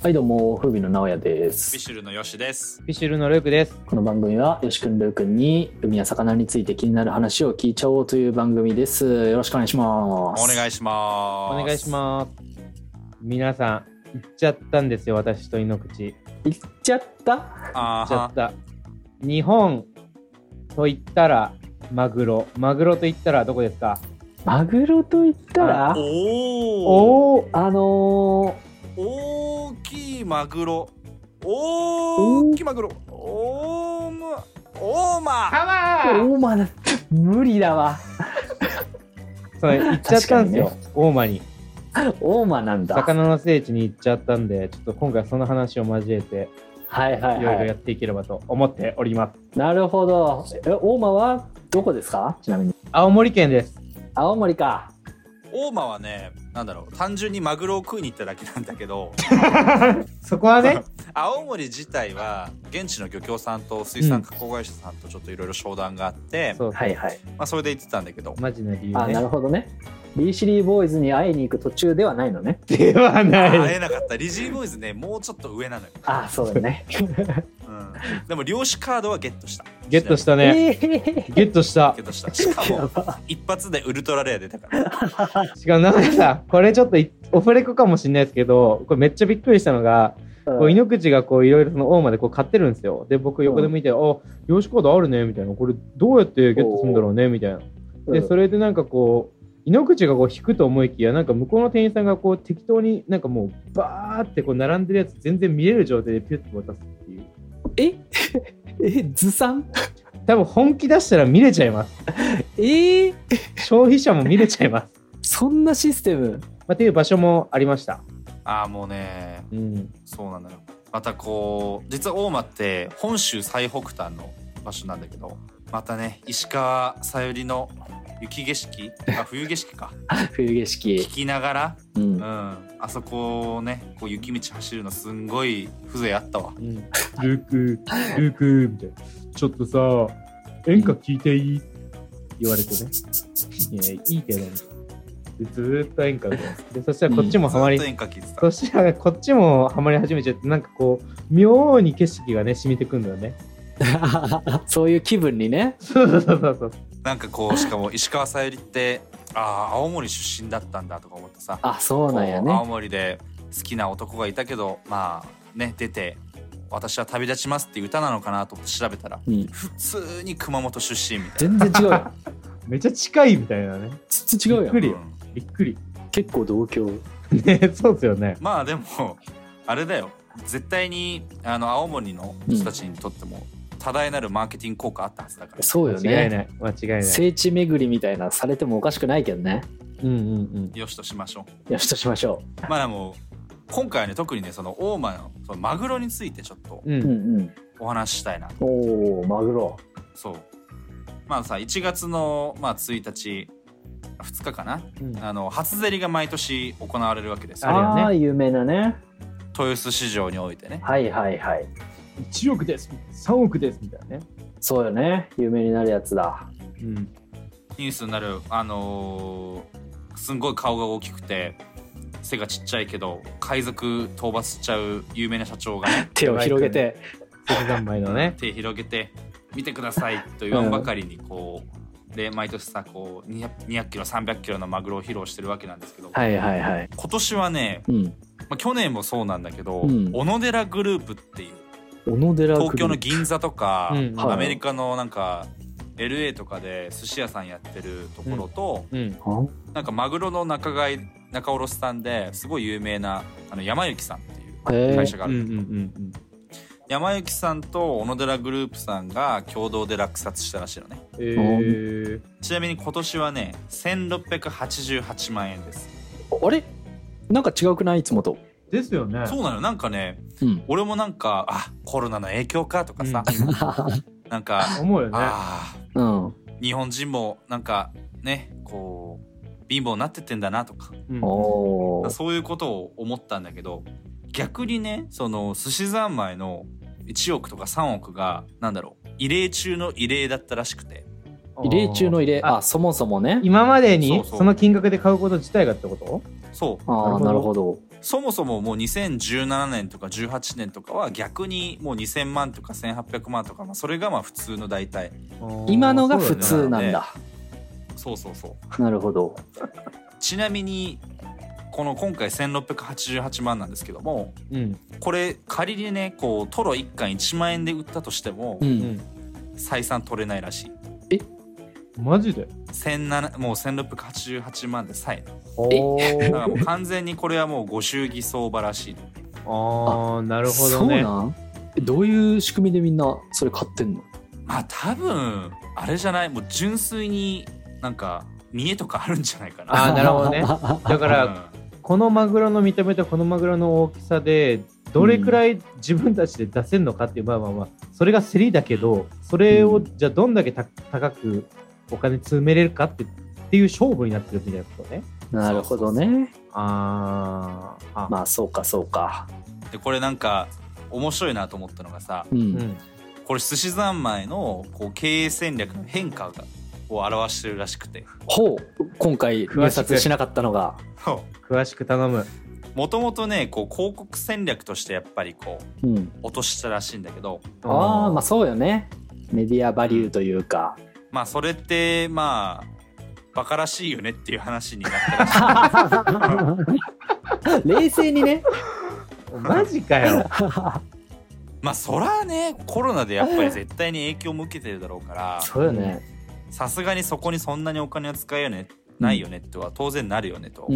はいどうも、風美の直哉でフィッす。 シュルのヨシです。 フィッシュルのルークです。 この番組はよしくんルーくんに海や魚について気になる話を聞いちゃおうという番組です。よろしくお願いします。 お願いします。 お願いします。皆さん、行っちゃったんですよ、私と井ノ口。 行っちゃった行っちゃった。日本と言ったらマグロ。マグロと言ったらどこですか？ マグロと言ったらおー大きいマグロ。大きいマグロ。大間大間だ。無理だわ。 それ行っちゃったんですよ、大間に。 大間なんだ。 魚の聖地に行っちゃったんで、ちょっと今回その話を交えてはいはいいろいろはい。 やっていければと思っております。 なるほど。大間はどこですか？ちなみに。 青森県です。 青森か。 大間はね、なんだろう、単純にマグロを食いに行っただけなんだけどそこはね青森自体は現地の漁協さんと水産加工会社さんとちょっといろいろ商談があって、 そうはいはい。 それで行ってたんだけど、 マジな理由あ、なね。 るほどね。リーシリーボーイズに会いに行く途中ではないのね。 ではない。 会えなかった。リジーボーイズね、もうちょっと上なのよ。 あ、そうだね。 でも漁師カードはゲットした。 ゲットしたね。ゲットしたゲ。ットした。しかも一発でウルトラレア出たから。 しかもなんかさ、これちょっとオフレコかもしれないですけど、これめっちゃびっくりしたのが、こう井ノ口がこういろいろその大間でこう買ってるんですよ。で、僕横で見て、あ、漁師カードあるねみたいな。これどうやってゲットするんだろうねみたいな。で、それでなんかこう、井ノ口がこう引くと思いきや、なんか向こうの店員さんがこう適当になんかもうバーってこう並んでるやつ全然見れる状態でピュッと渡すっていう。 ずさん？ 多分本気出したら見れちゃいます。消費者も見れちゃいます。 そんなシステム？ っていう場所もありました。 もうね、 うん。 そうなのよ。またこう、実は大間って本州最北端の場所なんだけど、またね、石川さゆりの雪景色、冬景色か。 冬景色。 聞きながら、 うん。 あそこをね、こう雪道走るのすんごい風情あったわ。 ルークみたいな。ちょっとさ、演歌聞いていいって言われてね。いや、いいけどね。でずーっと演歌で。そしたらこっちもハマり、 ずっと演歌聞いてた。 そしたらこっちもハマり始めちゃって、なんかこう、妙に景色がね、染みてくんだよね。 そういう気分にね。 そう。 なんかこう、しかも石川さゆりって、青森出身だったんだとか思ってさ。 あ、そうなんや青ね。 森で好きな男がいたけど、出て、私は旅立ちますっていう歌なのかなと思って調べたら、普通に熊本出身みたいな。 全然違うよ。 めっちゃ近いみたいなね。 全然違うよ。 びっくりよ。びっくり。 結構同郷。 ね、そうですよね。 でも、あれだよ。絶対に、青森の人たちにとっても、多大なるマーケティング効果あったはずだから。 そうよね。 間違いない。 聖地巡りみたいなされてもおかしくないけどね。 よしとしましょよしとしましょう。でも、今回はね、特にね、その大間のそのマグロについてちょっとう。 お話ししたいな。 おー、マグロ。 そう。1月の、1日、2日かな、初競りが毎年行われるわけですよ。 ああ、有名なね。 豊洲市場においてね。 はいはいはい。 1億です、3億ですみたいなね。 そうよね。有名になるやつだ。 ニュースになる、すんごい顔が大きくて、背がちっちゃいけど海賊討伐しちゃう有名な社長がね手を広げて三昧のね手広げて見てくださいと言わんばかりにこう、で毎年さこう200キロ300キロのマグロを披露してるわけなんですけど、 はいはいはい、 今年はね、去年もそうなんだけど、小野寺グループっていう東京の銀座とか、アメリカのなんかLA とかで寿司屋さんやってるところと、なんかマグロの仲卸さんですごい有名な山幸さんっていう会社があるんだけど、山幸さんと小野寺グループさんが共同で落札したらしいのね。ちなみに今年はね1688万円です。あれなんか違うくない？いつもと。 ですよね。 そうなの。なんかね、俺もなんかコロナの影響かとかさ、なんか思うよね。 日本人もなんかねこう貧乏になってってんだなとか、そういうことを思ったんだけど、逆にねその寿司三昧の1億とか3億がなんだろう異例中の異例だったらしくて。 異例中の異例。そもそもね今までにその金額で買うこと自体がってこと？ そう。 なるほど。 そもそももう2017年とか18年とかは逆にもう2000万とか1800万とか、まあ、それがまあ普通の大体今のが普通なんだ。 そうそうそう。 なるほど。 ちなみにこの今回1688万なんですけども、うん、これ仮にねこうトロ1貫1万円で売ったとしても、うん、採算取れないらしい。 えマジでもう1688万でさえだからもう完全にこれはもうご祝儀相場らしい。 ああなるほどね。 そうなん？どういう仕組みでみんなそれ買ってんの？ まあ多分あれじゃない、もう純粋になんか見栄とかあるんじゃないかな。 あなるほどね。だから、うん、このマグロの見た目とこのマグロの大きさでどれくらい自分たちで出せるのかっていう、まあまあまあそれが競りだけど、それをじゃあどんだけ高くお金詰めれるかっていう勝負になってるみたいなことね。 なるほどね。 あまあそうかそうか。 でこれなんか面白いなと思ったのがさ、うん、これ寿司三昧のこう経営戦略の変化を表してるらしくて。 ほう、今回入札しなかったのが。 詳しく頼む。 もともとねこう広告戦略としてやっぱりこう、うん、落としたらしいんだけど。 ああまあそうよね。メディアバリューというか。 まあそれってまあバカらしいよねっていう話になったらしい。冷静にね。 マジかよ。 まあそらねコロナでやっぱり絶対に影響も受けてるだろうから。 そうよね。 さすがにそこにそんなにお金は使えよね、ないよねっては当然なるよねと。 うんうん。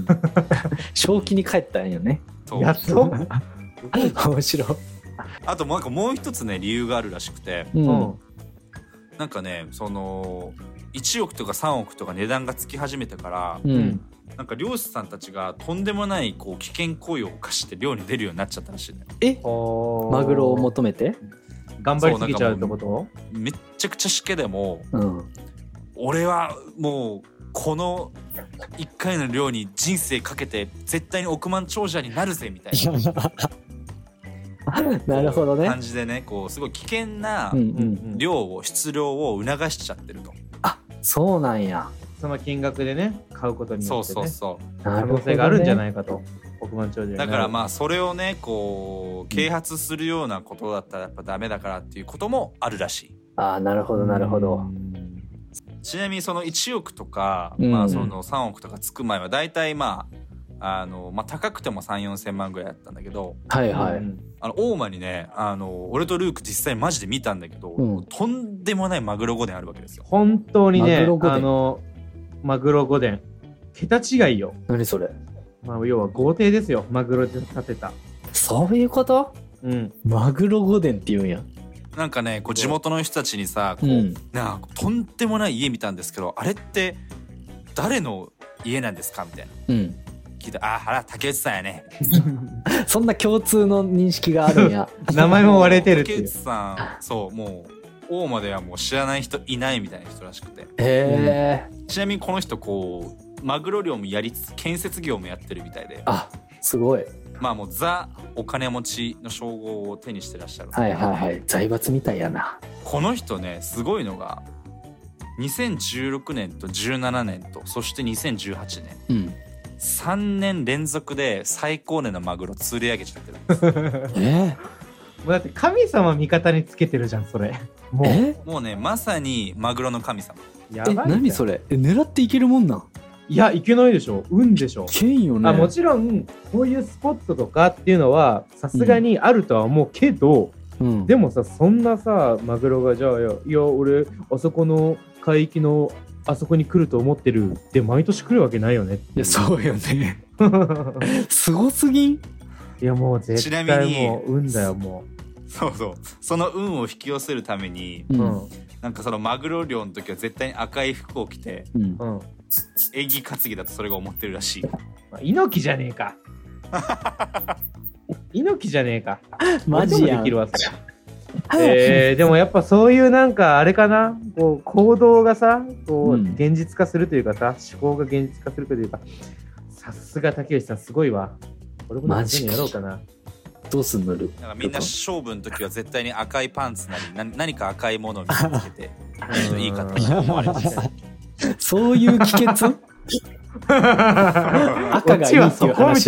正気に帰ったんよね。 やっと。 面白い。 あともう一つね理由があるらしくて。うん。なんかねその1億とか3億とか値段がつき始めてから、うん、なんか漁師さんたちがとんでもないこう危険行為を犯して漁に出るようになっちゃったらしいね。 マグロを求めて頑張りすぎちゃうってこと？ めっちゃくちゃしけでも、うん、俺はもうこの1回の漁に人生かけて絶対に億万長者になるぜみたいな。 なるほどね。 感じでねこうすごい危険な出漁を促しちゃってると。 あそうなんや。 その金額でね買うことによってね、 そう可能性があるんじゃないかと。億万長者になる。 だからまあそれをねこう啓発するようなことだったらやっぱダメだからっていうこともあるらしい。 あなるほどなるほど。 ちなみにその1億とか、まあ、その3億とかつく前はだいたいまあ高くても3、4千万ぐらいだったんだけど、 はいはい、 大間にね俺とルーク実際マジで見たんだけど、とんでもないマグロ御殿あるわけですよ。 本当にねマグロ御殿桁違いよ。 何それ？ まあ要は豪邸ですよ。マグロで建てた。 そういうこと？うん。マグロ御殿って言うんや。 なんかねこう地元の人たちにさこう、なんかとんでもない家見たんですけどあれって誰の家なんですかみたいな、聞いて竹内さんやね。 そんな共通の認識があるんや。 名前も割れてるっていう。 竹内さんそうもう大間ではもう知らない人いないみたいな人らしくて。ちなみにこの人こうマグロ漁もやりつつ建設業もやってるみたいで。 あすごい。 まあもうザお金持ちの称号を手にしてらっしゃる。 はいはいはい。財閥みたいやな。 この人ねすごいのが2016年と17年とそして2018年、3年連続で最高値のマグロ釣り上げちゃってるんです。 もうだって神様味方につけてるじゃんそれ。 もうねまさにマグロの神様。 やばい。 何それ？狙っていけるもんなん？ いやいけないでしょ。運でしょ。 剣よね。 もちろんこういうスポットとかっていうのはさすがにあるとは思うけど、でもさそんなさマグロがじゃあいや俺あそこの海域のあそこに来ると思ってるで毎年来るわけないよね。 いやそうよね。すごすぎん。 いやもう絶対もう運だよもう。そうその運を引き寄せるために、なんかそのマグロ漁の時は絶対に赤い服を着て、縁起担ぎだとそれが思ってるらしい。 猪木じゃねえか。猪木じゃねえか。 マジやん。 できるわでもやっぱそういうなんかあれかなこう行動がさこう現実化するというかさ思考が現実化するというかさすが竹内さんすごいわ。俺も何やろうかな。 どうすんのる？ なんかみんな勝負の時は絶対に赤いパンツなり何か赤いものを身につけていいかと思われます。 そういう帰結？ 赤がいいっていう話。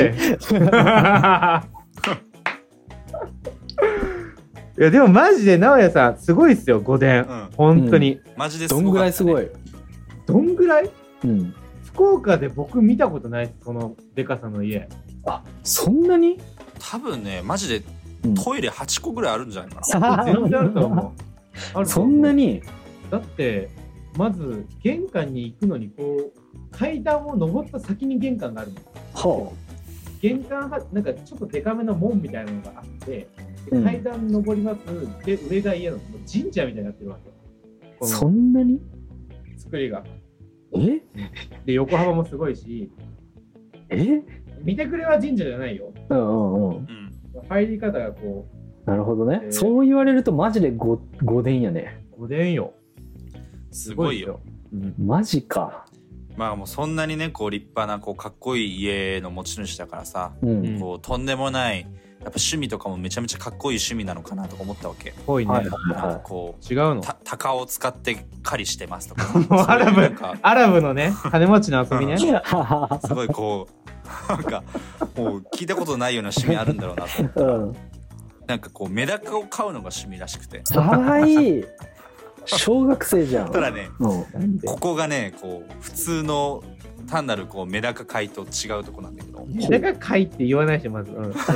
いやでもマジで直哉さんすごいっすよ5電、本当に、 マジですごい、どんぐらいすごい。 どんぐらい、福岡で僕見たことないです、そのでかさの家。 あ、そんなに？ 多分ね、マジでトイレ8個ぐらいあるんじゃないかな。 全然あると思う。そんなに？ だってまず玄関に行くのにこう階段を登った先に玄関があるの。 はあ。 玄関はなんかちょっとデカめの門みたいなのがあって、階段登ります。で上が家の神社みたいになってるわけ。 そんなに？ 作りが。 で横幅もすごいし。見てくれは神社じゃないよ。入り方がこう。なるほどね。そう言われるとマジで5電やね。 5電よ。 すごいよ。 マジか。 まあもうそんなにね、こう立派なこうかっこいい家の持ち主だからさ、こうとんでもないやっぱ趣味とかもめちゃめちゃかっこいい趣味なのかなとか思ったわけ。 ぽいね。 こう違うの。 鷹を使って狩りしてますとか。 アラブのね、金持ちの遊びね。 すごいこうなんかもう聞いたことないような趣味あるんだろうなと思った。なんかこうメダカを飼うのが趣味らしくて。 かわいい。小学生じゃん。 ただね、ここがね、こう普通の単なるこうメダカ飼いと違うとこなんだけど。 メダカ飼いって言わないしまず。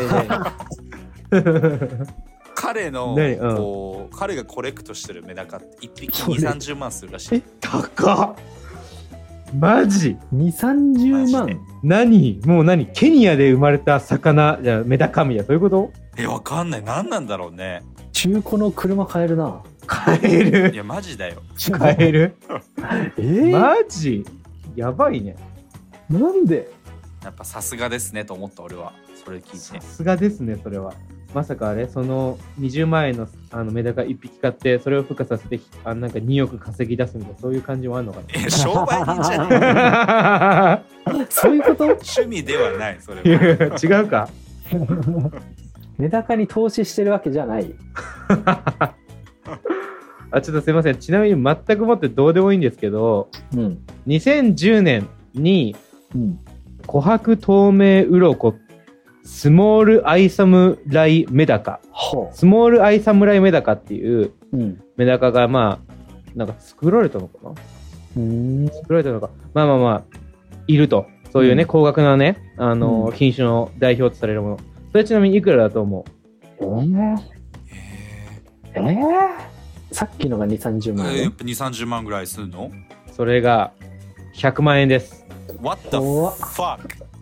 彼のこう彼がコレクトしてるメダカって1匹2、30万するらしい。 高っ。マジ 2、30万。 何もう何ケニアで生まれた魚じゃメダカミやそういうこと？ わかんない。何なんだろうね。 中古の車買えるな。 買える。 いやマジだよ。 買える。マジやばいね。 なんで？ やっぱさすがですねと思った俺はそれ聞いて。 さすがですねそれは。まさかあれその20万円のメダカ1匹買ってそれを孵化させてなんか2億稼ぎ出すみたいなそういう感じもあるのかな。 商売人じゃねえ。そういうこと？ 趣味ではないそれは。 違うか。 メダカに投資してるわけじゃない。 ちょっとすいません。ちなみに全くもってどうでもいいんですけど、2010年に琥珀透明鱗スモールアイサムライメダカ、スモールアイサムライメダカっていうメダカがまあなんか作られたのかな、作られたのか、まあいると、そういうね、高額なね品種の代表とされるもの。それちなみにいくらだと思う？ さっきのが2、30万円。 やっぱ2、30万ぐらいするの？ それが100万円です。 What the fuck？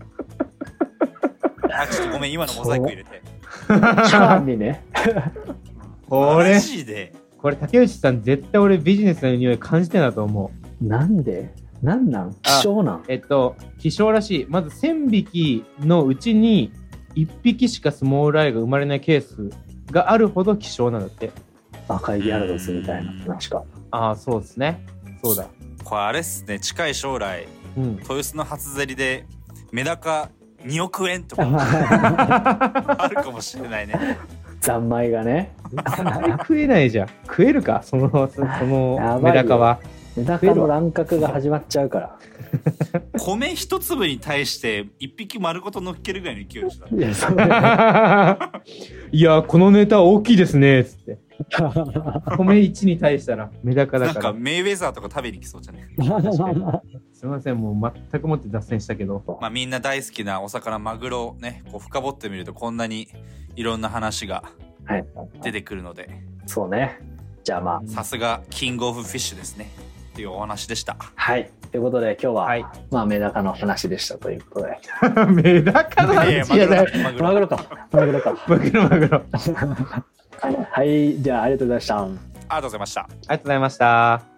ちょっとごめん、今のモザイク入れて。 にね。 マジで？ これ竹内さん絶対俺ビジネスの匂い感じてなと思う。なんで？なんなん？希少なん？ 希少らしい。まず1000匹のうちに1匹しかスモールアイが生まれないケースがあるほど希少なんだって。 赤いギャラドスみたいな話か。 そうですね。そうだ。 これあれっすね、近い将来、豊洲の初競りでメダカ2億円とかあるかもしれないね。 三枚がね。 食えないじゃん。食えるかそのメダカは。 メダカの乱獲が始まっちゃうから。 米一粒に対して一匹丸ごと乗っけるぐらいの勢いでした。 いやこのネタ大きいですねっつって。米1に対したらメダカだから。 なんかメイウェザーとか食べに来そうじゃね。 すみません、もう全くもって脱線したけど。 まあみんな大好きなお魚マグロね、こう深掘ってみるとこんなにいろんな話が出てくるので。 そうね。じゃあまあさすがキングオブフィッシュですね。っていうお話でした。 はい。ということで今日は、まあメダカの話でしたということで。 メダカの話じゃない。 マグロか。マグロ。はい。じゃあありがとうございました。 ありがとうございました。 ありがとうございました。